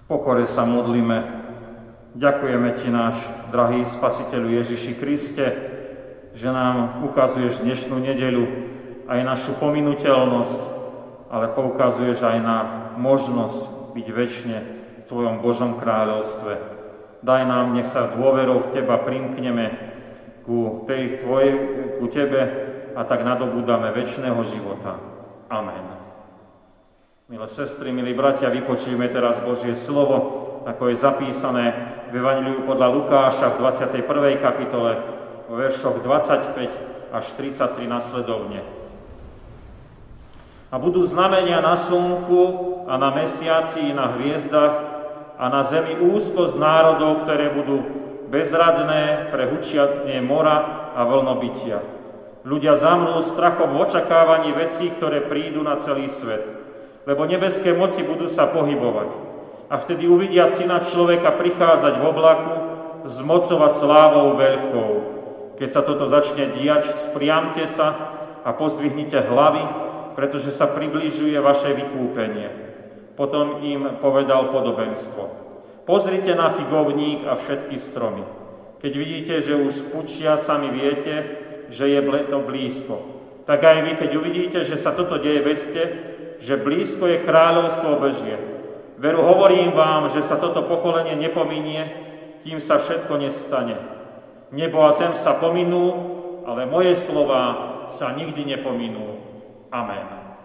pokore sa modlíme. Ďakujeme Ti, náš drahý Spasiteľu Ježiši Kriste, že nám ukazuješ dnešnú nedeľu aj našu pominuteľnosť, ale poukazuješ aj na možnosť byť večne v Tvojom Božom kráľovstve. Daj nám, nech sa dôverou v Teba primkneme ku Tebe a tak nadobúdame večného života. Amen. Milé sestry, milí bratia, vypočujeme teraz Božie slovo, ako je zapísané v Evanjeliu podľa Lukáša v 21. kapitole, vo veršoch 25 až 33 nasledovne. A budú znamenia na slnku a na mesiaci i na hviezdach a na zemi úzkosť národov, ktoré budú bezradné pre hučianie mora a vlnobytia. Ľudia zamrú strachom v očakávaní vecí, ktoré prídu na celý svet. Lebo nebeské moci budú sa pohybovať. A vtedy uvidia Syna človeka prichádzať v oblaku s mocou a slávou veľkou. Keď sa toto začne diať, spriamte sa a pozdvihnite hlavy, pretože sa približuje vaše vykúpenie. Potom im povedal podobenstvo. Pozrite na figovník a všetky stromy. Keď vidíte, že už pučia, sami viete, že je to blízko. Tak aj vy, keď uvidíte, že sa toto deje, vedzte, že blízko je kráľovstvo Božie. Veru hovorím vám, že sa toto pokolenie nepominie, kým sa všetko nestane. Nebo a zem sa pominú, ale moje slová sa nikdy nepominú. Amen.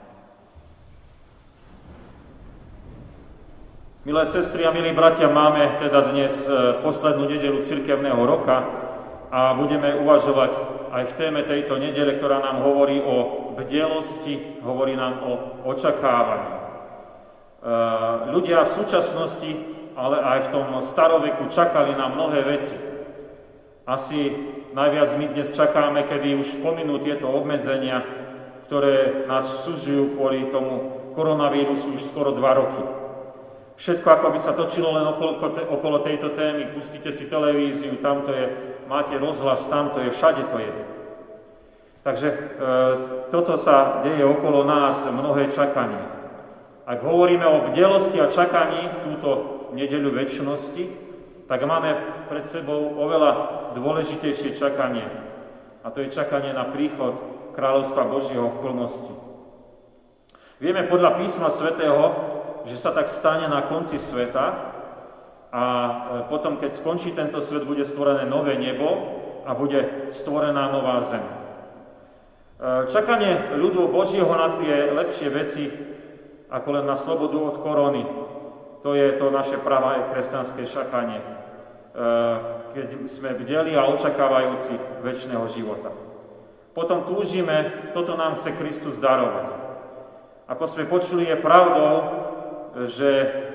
Milé sestry a milí bratia, máme teda dnes poslednú nedeľu cirkevného roka a budeme uvažovať aj v téme tejto nedele, ktorá nám hovorí o bdelosti, hovorí nám o očakávaní. Ľudia v súčasnosti, ale aj v tom staroveku čakali na mnohé veci. Asi najviac my dnes čakáme, kedy už pominú tieto obmedzenia, ktoré nás súžujú kvôli tomu koronavírusu už skoro 2 roky. Všetko ako by sa točilo len okolo tejto témy. Pustíte si televíziu, tamto je, máte rozhlas, tamto je, všade to je. Takže toto sa deje okolo nás, mnohé čakanie. Ak hovoríme o bdelosti a čakaní v túto nedeľu večnosti, tak máme pred sebou oveľa dôležitejšie čakanie. A to je čakanie na príchod kráľovstva Božieho v plnosti. Vieme podľa písma svätého, že sa tak stane na konci sveta a potom, keď skončí tento svet, bude stvorené nové nebo a bude stvorená nová zem. Čakanie ľudu Božieho na tie lepšie veci, ako len na slobodu od korony, to je to naše pravé kresťanské čakanie, keď sme bdeli a očakávajúci večného života. Potom túžime, toto nám chce Kristus darovať. Ako sme počuli, je pravdou, že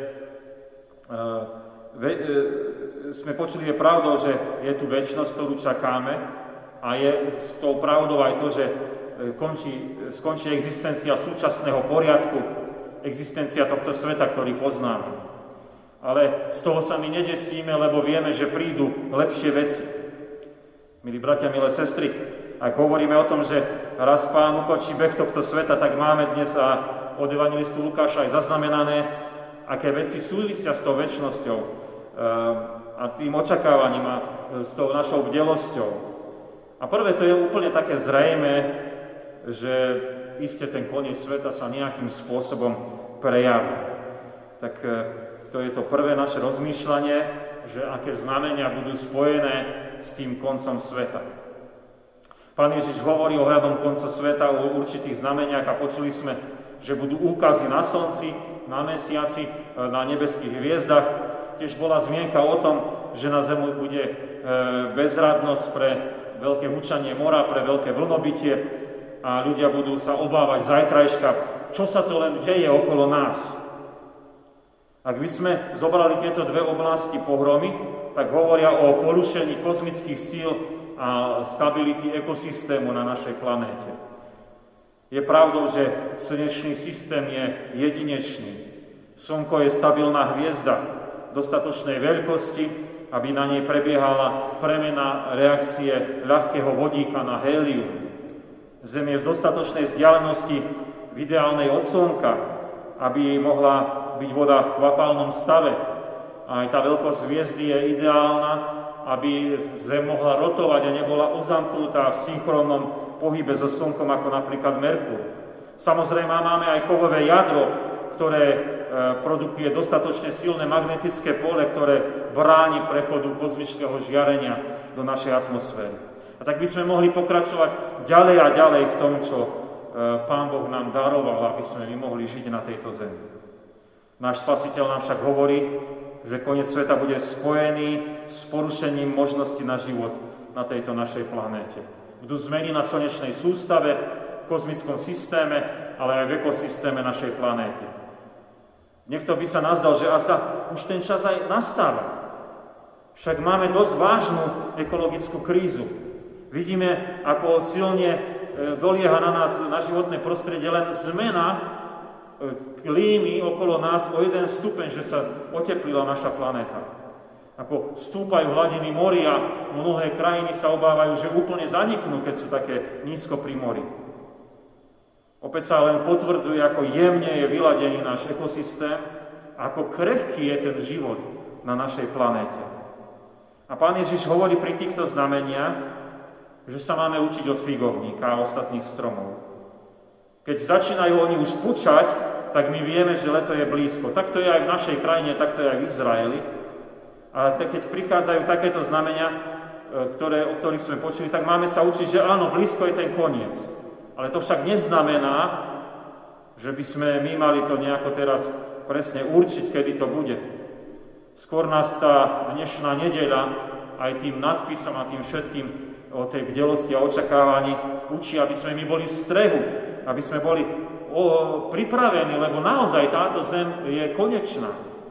je tu večnosť, ktorú čakáme, a je s tou pravdou aj to, že skončí existencia súčasného poriadku, existencia tohto sveta, ktorý poznáme. Ale z toho sa my nedesíme, lebo vieme, že prídu lepšie veci. Milí bratia, milé sestry, ak hovoríme o tom, že raz Pán ukončí beh tohto sveta, tak máme dnes od evangelistu Lukáša aj zaznamenané, aké veci súvisia s tou večnosťou a tým očakávaním a s tou našou bdelosťou. A prvé, to je úplne také zrejmé, že iste ten koniec sveta sa nejakým spôsobom prejaví. Tak to je to prvé naše rozmýšľanie, že aké znamenia budú spojené s tým koncom sveta. Pán Ježiš hovorí ohľadom konca sveta o určitých znameniach a počuli sme, že budú úkazy na slnci, na mesiaci, na nebeských hviezdach. Tiež bola zmienka o tom, že na zemi bude bezradnosť pre veľké hučanie mora, pre veľké vlnobytie a ľudia budú sa obávať zajtrajška, čo sa to len deje okolo nás. Ak by sme zobrali tieto dve oblasti pohromy, tak hovoria o porušení kozmických síl a stability ekosystému na našej planéte. Je pravdou, že slnečný systém je jedinečný. Slnko je stabilná hviezda dostatočnej veľkosti, aby na nej prebiehala premena reakcie ľahkého vodíka na hélium. Zem je v dostatočnej vzdialenosti v ideálnej od Slnka, aby mohla byť voda v kvapalnom stave. A aj tá veľkosť hviezdy je ideálna, aby Zem mohla rotovať a nebola uzamknutá v synchronnom pohybe so Slnkom, ako napríklad Merkur. Samozrejme máme aj kovové jadro, ktoré produkuje dostatočne silné magnetické pole, ktoré bráni prechodu kozmického žiarenia do našej atmosféry. A tak by sme mohli pokračovať ďalej a ďalej v tom, čo Pán Boh nám daroval, aby sme my mohli žiť na tejto zemi. Náš Spasiteľ nám však hovorí, že koniec sveta bude spojený s porušením možnosti na život na tejto našej planéte. Budú zmeny na slnečnej sústave, v kozmickom systéme, ale aj v ekosystéme našej planéty. Niekto by sa nazdal, že azda už ten čas aj nastáva. Však máme dosť vážnu ekologickú krízu. Vidíme, ako silne dolieha na nás, na životné prostredie, len zmena klímy okolo nás o 1 stupeň, že sa oteplila naša planéta. Ako stúpajú hladiny moria, mnohé krajiny sa obávajú, že úplne zaniknú, keď sú také nízko pri mori. Opäť sa len potvrdzuje, ako jemne je vyladený náš ekosystém, ako krehký je ten život na našej planéte. A Pán Ježiš hovorí pri týchto znameniach, že sa máme učiť od figovníka a ostatných stromov. Keď začínajú oni už pučať, tak my vieme, že leto je blízko. Tak to je aj v našej krajine, tak to je aj v Izraeli. A keď prichádzajú takéto znamenia, o ktorých sme počuli, tak máme sa učiť, že áno, blízko je ten koniec. Ale to však neznamená, že by sme my mali to nejako teraz presne určiť, kedy to bude. Skôr nás tá dnešná nedeľa aj tým nadpisom a tým všetkým o tej bdelosti a očakávaní učí, aby sme my boli v strehu, aby sme boli pripravení, lebo naozaj táto zem je konečná.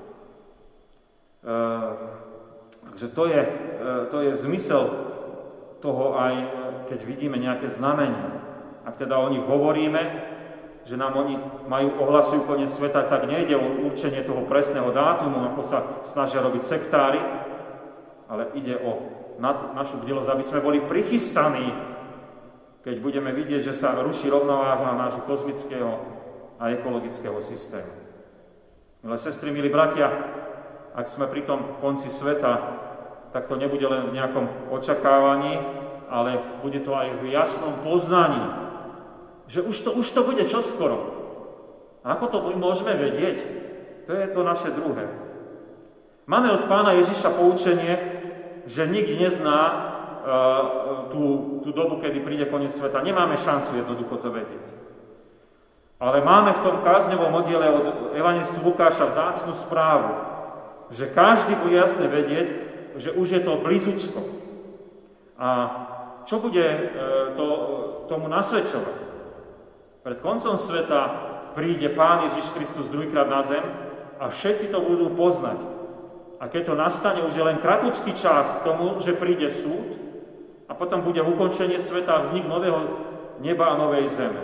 Takže to je zmysel toho aj, keď vidíme nejaké znamenia. Ak teda o nich hovoríme, že nám oni ohlasujú koniec sveta, tak nejde o určenie toho presného dátumu, ako sa snažia robiť sektári, ale ide o našu bdelosť, aby sme boli prichystaní, keď budeme vidieť, že sa ruší rovnováha nášho kozmického a ekologického systému. Milé sestry, milí bratia, ak sme pri tom konci sveta, tak to nebude len v nejakom očakávaní, ale bude to aj v jasnom poznaní, že už to bude čoskoro. A ako to my môžeme vedieť? To je to naše druhé. Máme od Pána Ježiša poučenie, že nikto nezná tú dobu, kedy príde koniec sveta. Nemáme šancu jednoducho to vedieť. Ale máme v tom kázňovom oddiele od evangelistu Lukáša vzácnu správu, že každý bude jasne vedieť, že už je to blízučko. A čo bude tomu nasvedčovať? Pred koncom sveta príde Pán Ježiš Kristus druhýkrát na zem a všetci to budú poznať. A keď to nastane, už je len kratučký čas k tomu, že príde súd a potom bude ukončenie sveta a vznik nového neba a novej zeme.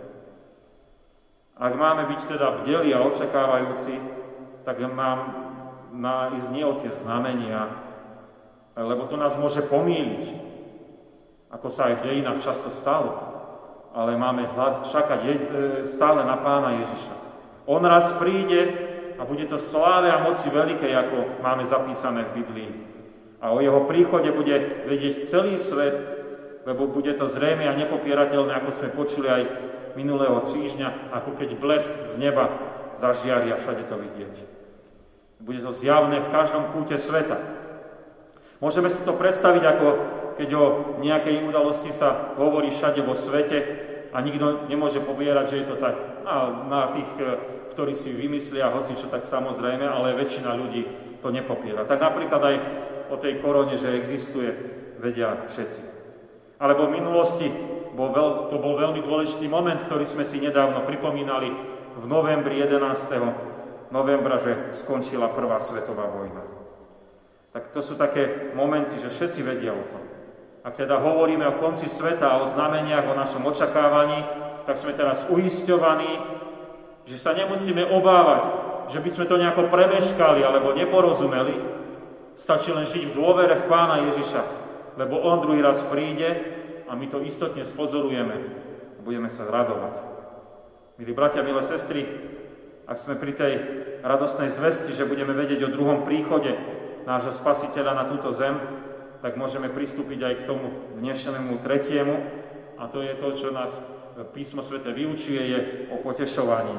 Ak máme byť teda bdelí a očakávajúci, tak mám ísť nie o tie znamenia, lebo to nás môže pomýliť, ako sa aj v dejinách často stalo. Ale máme čakať stále na Pána Ježiša. On raz príde a bude to sláve a moci veľkej, ako máme zapísané v Biblii. A o jeho príchode bude vedieť celý svet, lebo bude to zrejme a nepopierateľné, ako sme počuli aj minulého týždňa, ako keď blesk z neba zažiari a všade to vidieť. Bude to zjavné v každom kúte sveta. Môžeme si to predstaviť, ako keď o nejakej udalosti sa hovorí všade vo svete a nikto nemôže pobierať, že je to tak. Na tých, ktorí si vymyslia hocičo, tak samozrejme, ale väčšina ľudí to nepopiera. Tak napríklad aj o tej korone, že existuje, vedia všetci. Alebo v minulosti to bol veľmi dôležitý moment, ktorý sme si nedávno pripomínali v novembri, 11. novembra, že skončila Prvá svetová vojna. Tak to sú také momenty, že všetci vedia o tom. Ak teda hovoríme o konci sveta a o znameniach, o našom očakávaní, tak sme teraz uisťovaní, že sa nemusíme obávať, že by sme to nejako premeškali alebo neporozumeli. Stačí len žiť v dôvere v Pána Ježiša, lebo On druhý raz príde a my to istotne spozorujeme a budeme sa radovať. Milí bratia, milé sestry, ak sme pri tej radostnej zvesti, že budeme vedieť o druhom príchode nášho Spasiteľa na túto zem, tak môžeme pristúpiť aj k tomu dnešnému tretiemu, a to je to, čo nás Písmo Sväté vyučuje, je o potešovaní.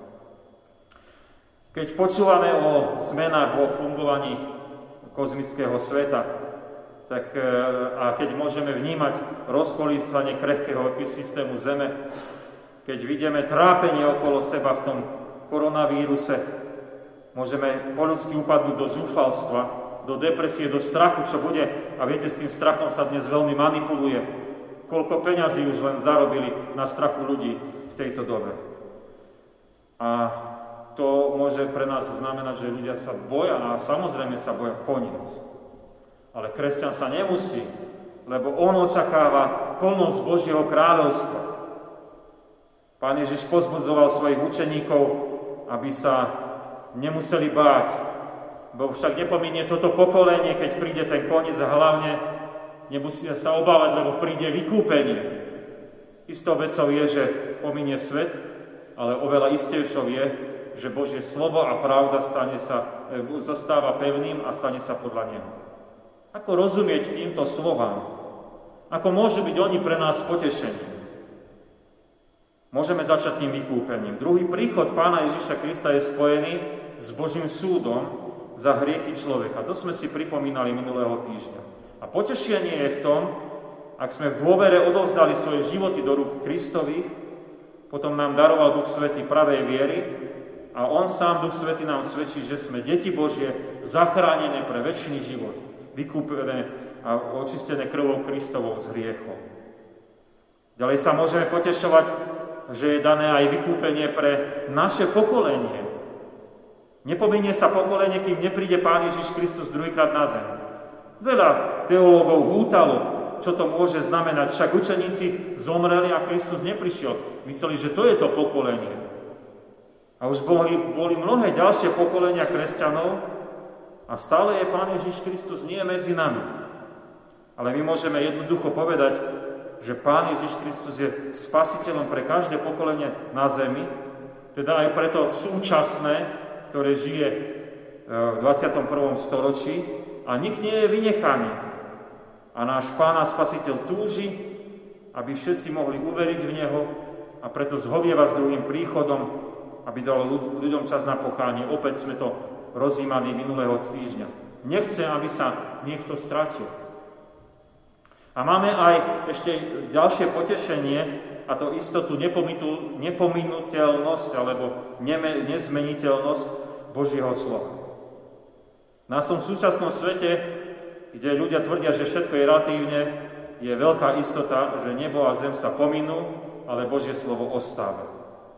Keď počúvame o zmenách vo fungovaní kozmického sveta, tak, a keď môžeme vnímať rozkolísanie krehkého ekosystému Zeme, keď vidíme trápenie okolo seba v tom koronavíruse, môžeme po ľudsky upadnúť do zúfalstva, do depresie, do strachu, čo bude. A viete, s tým strachom sa dnes veľmi manipuluje. Koľko peňazí už len zarobili na strachu ľudí v tejto dobe. A to môže pre nás znamenať, že ľudia sa boja, a samozrejme sa boja koniec. Ale kresťan sa nemusí, lebo on očakáva plnosť Božieho kráľovstva. Pán Ježiš pozbudzoval svojich učeníkov, aby sa nemuseli báť, bo však nepominie toto pokolenie, keď príde ten koniec, a hlavne nemusia sa obávať, lebo príde vykúpenie. Istou vecou je, že pominie svet, ale oveľa istejšou je, že Božie slovo a pravda zostáva pevným a stane sa podľa neho. Ako rozumieť týmto slovám? Ako môžu byť oni pre nás potešením? Môžeme začať tým vykúpením. Druhý príchod Pána Ježiša Krista je spojený s Božím súdom za hriechy človeka. To sme si pripomínali minulého týždňa. A potešenie je v tom, ak sme v dôvere odovzdali svoje životy do rúk Kristových, potom nám daroval Duch Svätý pravej viery a On sám, Duch Svätý, nám svedčí, že sme deti Božie, zachránené pre večný život, vykúpené a očistené krvou Kristovou z hriechov. Ďalej sa môžeme potešovať, že je dané aj vykúpenie pre naše pokolenie. Nepominie sa pokolenie, kým nepríde Pán Ježiš Kristus druhýkrát na zem. Veľa teológov hútalo, čo to môže znamenať. Však učeníci zomreli a Kristus neprišiel. Mysleli, že to je to pokolenie. A už boli mnohé ďalšie pokolenia kresťanov a stále je Pán Ježiš Kristus nie medzi nami. Ale my môžeme jednoducho povedať, že Pán Ježiš Kristus je spasiteľom pre každé pokolenie na zemi, teda aj pre to súčasné, ktoré žije v 21. storočí, a nik nie je vynechaný. A náš Pán a Spasiteľ túži, aby všetci mohli uveriť v Neho, a preto zhovieva s druhým príchodom, aby dal ľuďom čas na pokánie. Opäť sme to rozímali minulého týždňa. Nechce, aby sa niekto stratil. A máme aj ešte ďalšie potešenie, a to istotu nepominuteľnosť alebo nezmeniteľnosť Božieho slova. Na v súčasnom svete, kde ľudia tvrdia, že všetko je relatívne, je veľká istota, že nebo a zem sa pominú, ale Božie slovo ostáva.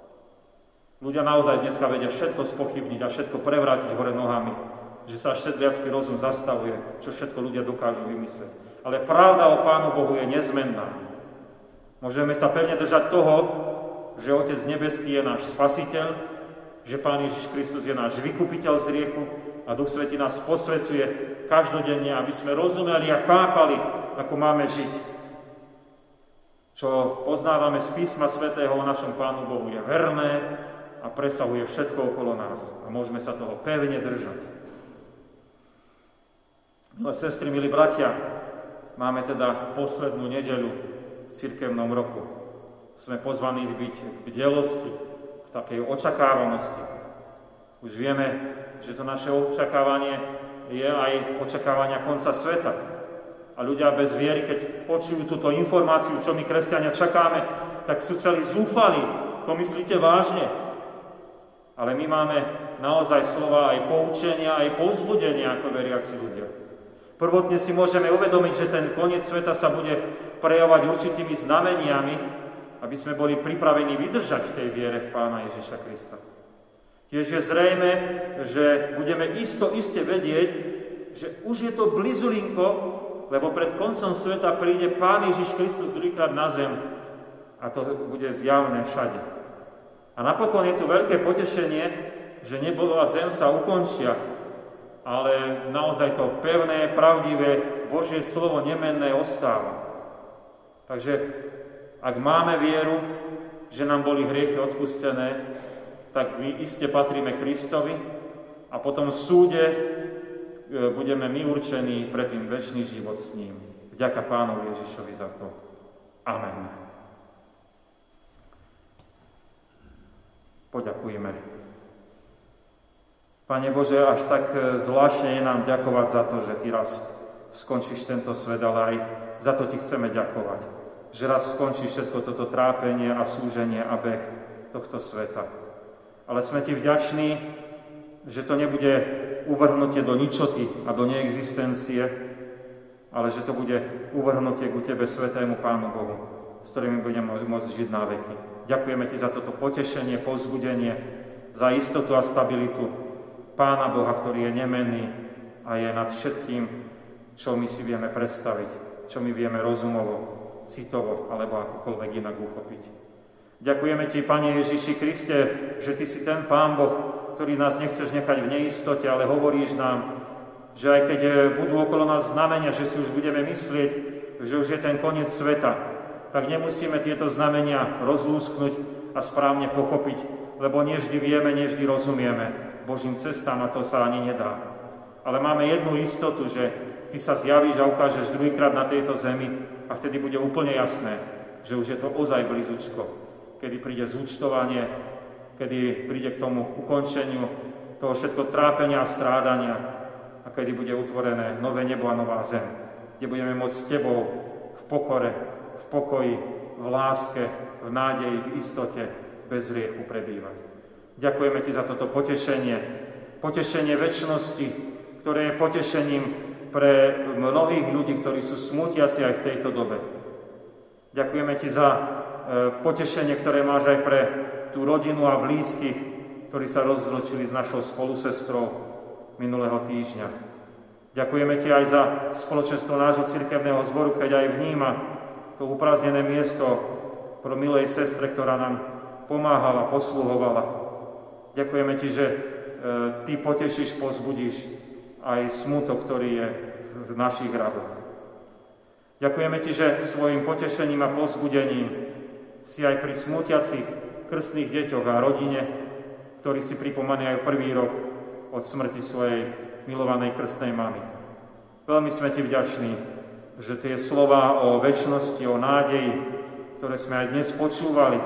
Ľudia naozaj dneska vedia všetko spochybniť a všetko prevrátiť hore nohami, že sa až sedliacky rozum zastavuje, čo všetko ľudia dokážu vymyslieť. Ale pravda o Pánu Bohu je nezmenná. Môžeme sa pevne držať toho, že Otec nebeský je náš Spasiteľ, že Pán Ježiš Kristus je náš vykupiteľ z hriechu a Duch Svätý nás posvecuje každodenne, aby sme rozumeli a chápali, ako máme žiť. Čo poznávame z Písma Svätého o našom Pánu Bohu je verné a presahuje všetko okolo nás. A môžeme sa toho pevne držať. Milé sestry, milí bratia, máme teda poslednú nedeľu v cirkevnom roku. Sme pozvaní byť k bdelosti, v takej očakávanosti. Už vieme, že to naše očakávanie je aj očakávania konca sveta. A ľudia bez viery, keď počujú túto informáciu, čo my kresťania čakáme, tak sú celí zúfali. To myslíte vážne? Ale my máme naozaj slova aj poučenia, aj povzbudenia ako veriaci ľudia. Prvotne si môžeme uvedomiť, že ten koniec sveta sa bude prejavovať určitými znameniami, aby sme boli pripravení vydržať v tej viere v Pána Ježiša Krista. Tiež je zrejme, že budeme iste vedieť, že už je to blizulinko, lebo pred koncom sveta príde Pán Ježiš Kristus druhýkrát na zem a to bude zjavné všade. A napokon je tu veľké potešenie, že nebo a zem sa ukončia, ale naozaj to pevné, pravdivé Božie slovo nemenné ostáva. Takže ak máme vieru, že nám boli hriechy odpustené, tak my iste patríme Kristovi a potom v súde budeme my určení pre tým večný život s ním. Vďaka Pánovi Ježišovi za to. Amen. Poďakujme. Pane Bože, až tak zvláštne je nám ďakovať za to, že Ty raz skončíš tento svet, ale aj za to Ti chceme ďakovať. Že raz skončíš všetko toto trápenie a súženie a beh tohto sveta. Ale sme Ti vďační, že to nebude uvrhnutie do ničoty a do neexistencie, ale že to bude uvrhnutie ku Tebe, Svätému Pánu Bohu, s ktorými budeme môcť žiť na veky. Ďakujeme Ti za toto potešenie, povzbudenie, za istotu a stabilitu Pána Boha, ktorý je nemenný a je nad všetkým, čo my si vieme predstaviť, čo my vieme rozumovo, citovo alebo akokoľvek inak uchopiť. Ďakujeme Ti, Pane Ježiši Kriste, že Ty si ten Pán Boh, ktorý nás nechceš nechať v neistote, ale hovoríš nám, že aj keď budú okolo nás znamenia, že si už budeme myslieť, že už je ten koniec sveta, tak nemusíme tieto znamenia rozlúsknuť a správne pochopiť, lebo nevždy vieme, nevždy rozumieme Božím cestám a to sa ani nedá. Ale máme jednu istotu, že Ty sa zjavíš a ukážeš druhýkrát na tejto zemi a vtedy bude úplne jasné, že už je to ozaj blízučko, kedy príde zúčtovanie, kedy príde k tomu ukončeniu toho všetko trápenia a strádania a kedy bude utvorené nové nebo a nová zem, kde budeme môcť s Tebou v pokore, v pokoji, v láske, v nádeji, v istote, bez hriechu prebývať. Ďakujeme Ti za toto potešenie večnosti, ktoré je potešením pre mnohých ľudí, ktorí sú smútiaci aj v tejto dobe. Ďakujeme Ti za potešenie, ktoré máš aj pre tú rodinu a blízkych, ktorí sa rozlúčili s našou spolusestrou minulého týždňa. Ďakujeme Ti aj za spoločenstvo nášho cirkevného zboru, keď aj vníma to uprázdnené miesto pro milej sestre, ktorá nám pomáhala, posluhovala. Ďakujeme Ti, že Ty potešíš, pozbudíš aj smútok, ktorý je v našich radoch. Ďakujeme Ti, že svojim potešením a pozbudením si aj pri smútiacich krstných deťoch a rodine, ktorí si pripomínajú prvý rok od smrti svojej milovanej krstnej mamy. Veľmi sme Ti vďační, že tie slová o večnosti, o nádeji, ktoré sme aj dnes počúvali,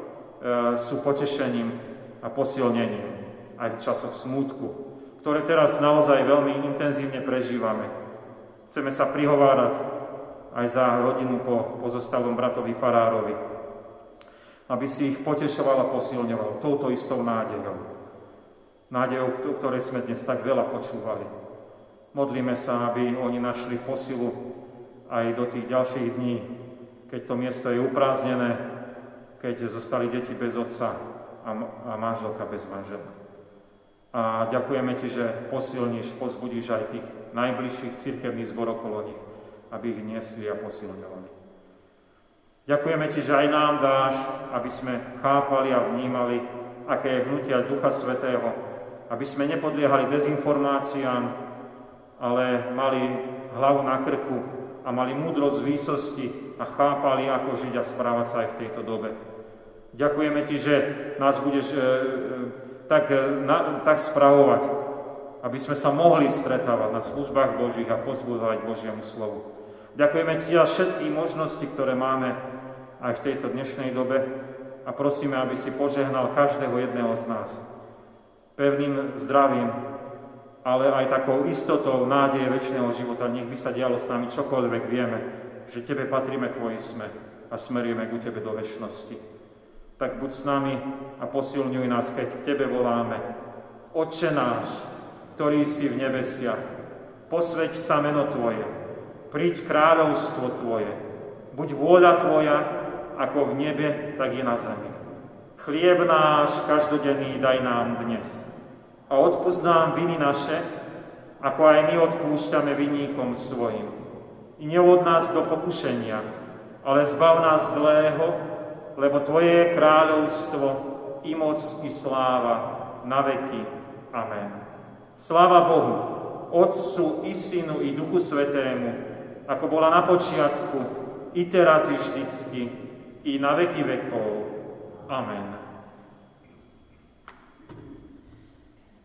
sú potešením a posilnením aj v časoch smútku, ktoré teraz naozaj veľmi intenzívne prežívame. Chceme sa prihovárať aj za rodinu po pozostalom bratovi farárovi, aby si ich potešoval a posilňoval touto istou nádejou. Nádejou, o ktorej sme dnes tak veľa počúvali. Modlíme sa, aby oni našli posilu aj do tých ďalších dní, keď to miesto je uprázdnené, keď zostali deti bez otca a manželka bez manžela. A ďakujeme Ti, že posilníš, pozbudíš aj tých najbližších cirkevných zborov okolo nich, aby ich niesli a posilňovali. Ďakujeme Ti, že aj nám dáš, aby sme chápali a vnímali, aké je hnutia Ducha Svätého, aby sme nepodliehali dezinformáciám, ale mali hlavu na krku a mali múdrosť výsosti a chápali, ako žiť a správať sa aj v tejto dobe. Ďakujeme Ti, že nás budeš tak spravovať, aby sme sa mohli stretávať na službách Božích a pozbudzovať Božiemu slovu. Ďakujeme Ti za všetky možnosti, ktoré máme aj v tejto dnešnej dobe a prosíme, aby si požehnal každého jedného z nás. Pevným zdravím, ale aj takou istotou nádeje večného života. Nech by sa dialo s nami čokoľvek vieme, že Tebe patríme, Tvoji sme a smerujeme ku Tebe do večnosti. Tak buď s nami a posilňuj nás, keď k Tebe voláme. Otče náš, ktorý si v nebesiach, posväť sa meno Tvoje, príď kráľovstvo Tvoje, buď vôľa Tvoja, ako v nebe, tak i na zemi. Chlieb náš každodenný daj nám dnes a odpusť nám viny naše, ako aj my odpúšťame vinníkom svojim. I neuvod nás do pokušenia, ale zbav nás zlého, lebo Tvoje je kráľovstvo, i moc, i sláva, na veky. Amen. Sláva Bohu, Otcu, i Synu, i Duchu Svätému, ako bola na počiatku, i teraz, i vždycky, i na veky vekov. Amen.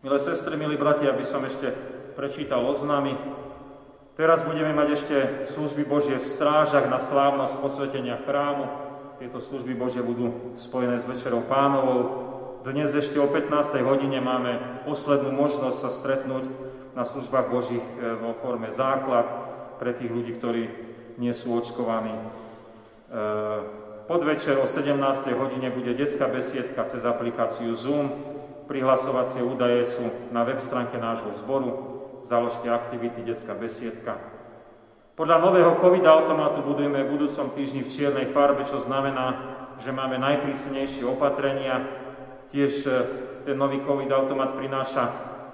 Milé sestry, milí bratia, aby som ešte prečítal oznámy. Teraz budeme mať ešte služby Božie v strážach na slávnosť posvetenia chrámu. Tieto služby Božie budú spojené s Večerou Pánovou. Dnes ešte o 15. hodine máme poslednú možnosť sa stretnúť na službách Božích vo forme základ pre tých ľudí, ktorí nie sú očkovaní. Podvečer o 17. hodine bude detská besiedka cez aplikáciu Zoom. Prihlasovacie údaje sú na web stránke nášho zboru. Založte aktivity detská besiedka. Podľa nového COVID-automatu budujeme v budúcom týždni v čiernej farbe, čo znamená, že máme najprísnejšie opatrenia. Tiež ten nový COVID-automat prináša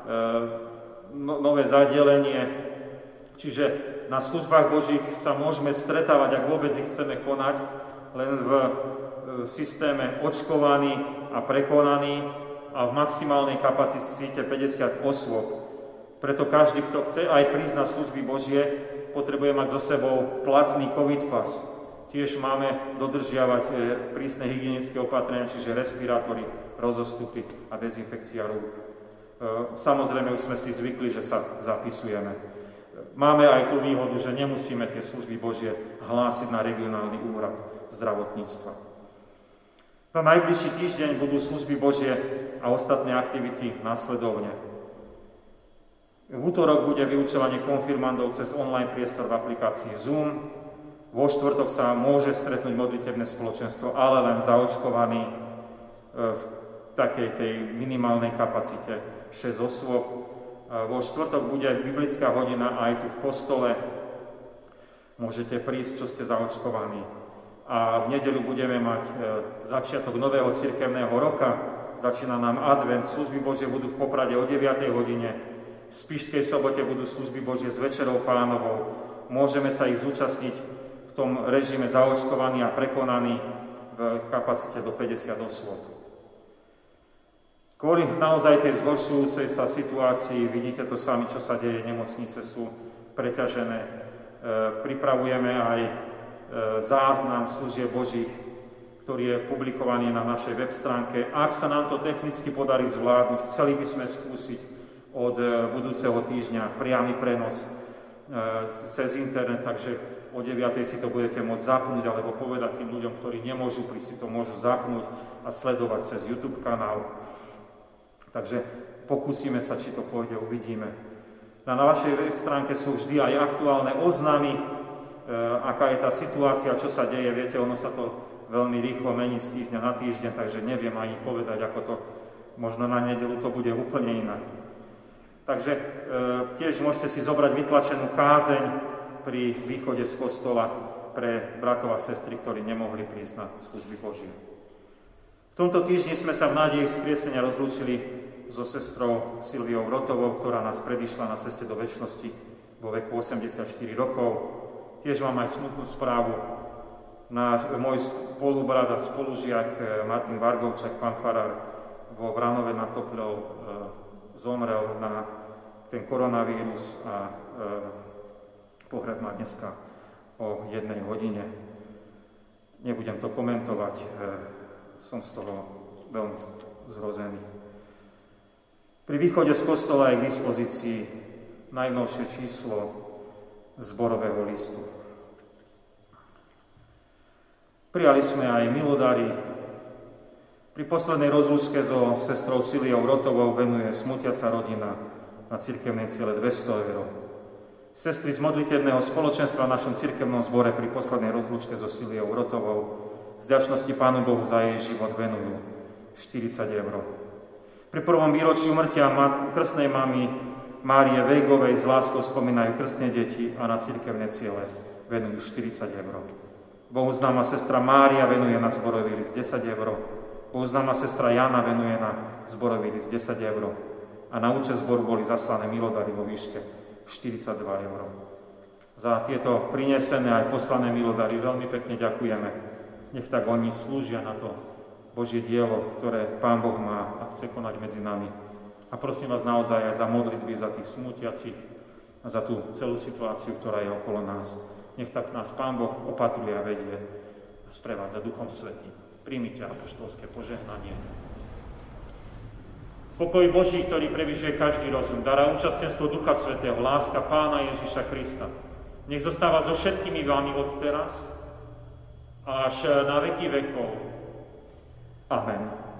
nové zadelenie, čiže na službách Božích sa môžeme stretávať, ak vôbec ich chceme konať, len v systéme očkovaný a prekonaný a v maximálnej kapacite 50 osôb. Preto každý, kto chce aj prísť na služby Božie, potrebuje mať so sebou platný COVID pas. Tiež máme dodržiavať prísne hygienické opatrenia, čiže respirátory, rozostupy a dezinfekcia rúk. Samozrejme, už sme si zvykli, že sa zapisujeme. Máme aj tú výhodu, že nemusíme tie služby Božie hlásiť na regionálny úrad zdravotníctva. Na najbližší týždeň budú služby Božie a ostatné aktivity nasledovne. V útorok bude vyučovanie konfirmandov cez online priestor v aplikácii Zoom. Vo štvrtok sa môže stretnúť modlitebné spoločenstvo, ale len zaočkovaný v takej tej minimálnej kapacite 6 osôb. Vo štvrtok bude biblická hodina aj tu v kostole. Môžete prísť, čo ste zaočkovaní. A v nedeľu budeme mať začiatok nového cirkevného roka. Začína nám advent. Služby Božie budú v Poprade o 9. hodine. V Spišskej Sobote budú služby Božie s Večerou Pánovou. Môžeme sa ich zúčastniť v tom režime zaočkovaný a prekonaný v kapacite do 50 osôb. Kvôli naozaj tej zhoršujúcej sa situácii, vidíte to sami, čo sa deje, nemocnice sú preťažené. Pripravujeme aj záznam služieb Božích, ktorý je publikovaný na našej web stránke. Ak sa nám to technicky podarí zvládnuť, chceli by sme skúsiť od budúceho týždňa priamy prenos cez internet, takže o 9. si to budete môcť zapnúť alebo povedať tým ľuďom, ktorí nemôžu prísť, si to môžu zapnúť a sledovať cez YouTube kanál. Takže pokúsime sa, či to pôjde, uvidíme. Na vašej web stránke sú vždy aj aktuálne oznámy, aká je tá situácia, čo sa deje. Viete, ono sa to veľmi rýchlo mení z týždňa na týždeň, takže neviem ani povedať, ako to, možno na nedeľu to bude úplne inak. Takže tiež môžete si zobrať vytlačenú kázeň pri východe z kostola pre bratov a sestry, ktorí nemohli prísť na služby Božie. V tomto týždni sme sa v nádeji vzkriesenia rozlúčili so sestrou Silviou Rotovou, ktorá nás predišla na ceste do večnosti vo veku 84 rokov. Tiež mám aj smutnú správu. Môj spolubrat a spolužiak Martin Vargovčak, pán farár vo Vranove nad Topľou, zomrel na ten koronavírus a pohreb má dneska o 1 hodine. Nebudem to komentovať, som z toho veľmi zhrozený. Pri východe z kostola je k dispozícii najnovšie číslo zborového listu. Prijali sme aj milodary. Pri poslednej rozlúčke so sestrou Silviou Rotovou venuje smutiaca rodina na cirkevnej ciele 200 eur. Sestry z modlitebného spoločenstva v našom cirkevnom zbore pri poslednej rozlúčke so Silviou Rotovou z vďačnosti Pánu Bohu za jej život venujú 40 eur. Pri prvom výročí umrtia krstnej mamy Márie Vejgovej s láskou spomínajú krstné deti a na cirkevné ciele venujú 40 eur. Bohu známa sestra Mária venuje na zborový list 10 eur. Bohu známa sestra Jana venuje na zborový list 10 eur. A na účet zboru boli zaslané milodary vo výške 42 eur. Za tieto prinesené aj poslané milodary veľmi pekne ďakujeme. Nech tak oni slúžia na to Božie dielo, ktoré Pán Boh má a chce konať medzi nami. A prosím vás naozaj aj za modlitby za tých smútiacich a za tú celú situáciu, ktorá je okolo nás. Nech tak nás Pán Boh opatruje a vedie a sprevádza Duchom Svätým. Príjmite apoštolské požehnanie. Pokoj Boží, ktorý prevyšuje každý rozum, dará účastenstvo Ducha Svätého, láska Pána Ježiša Krista. Nech zostáva so všetkými vami od teraz až na veky vekov. Amen.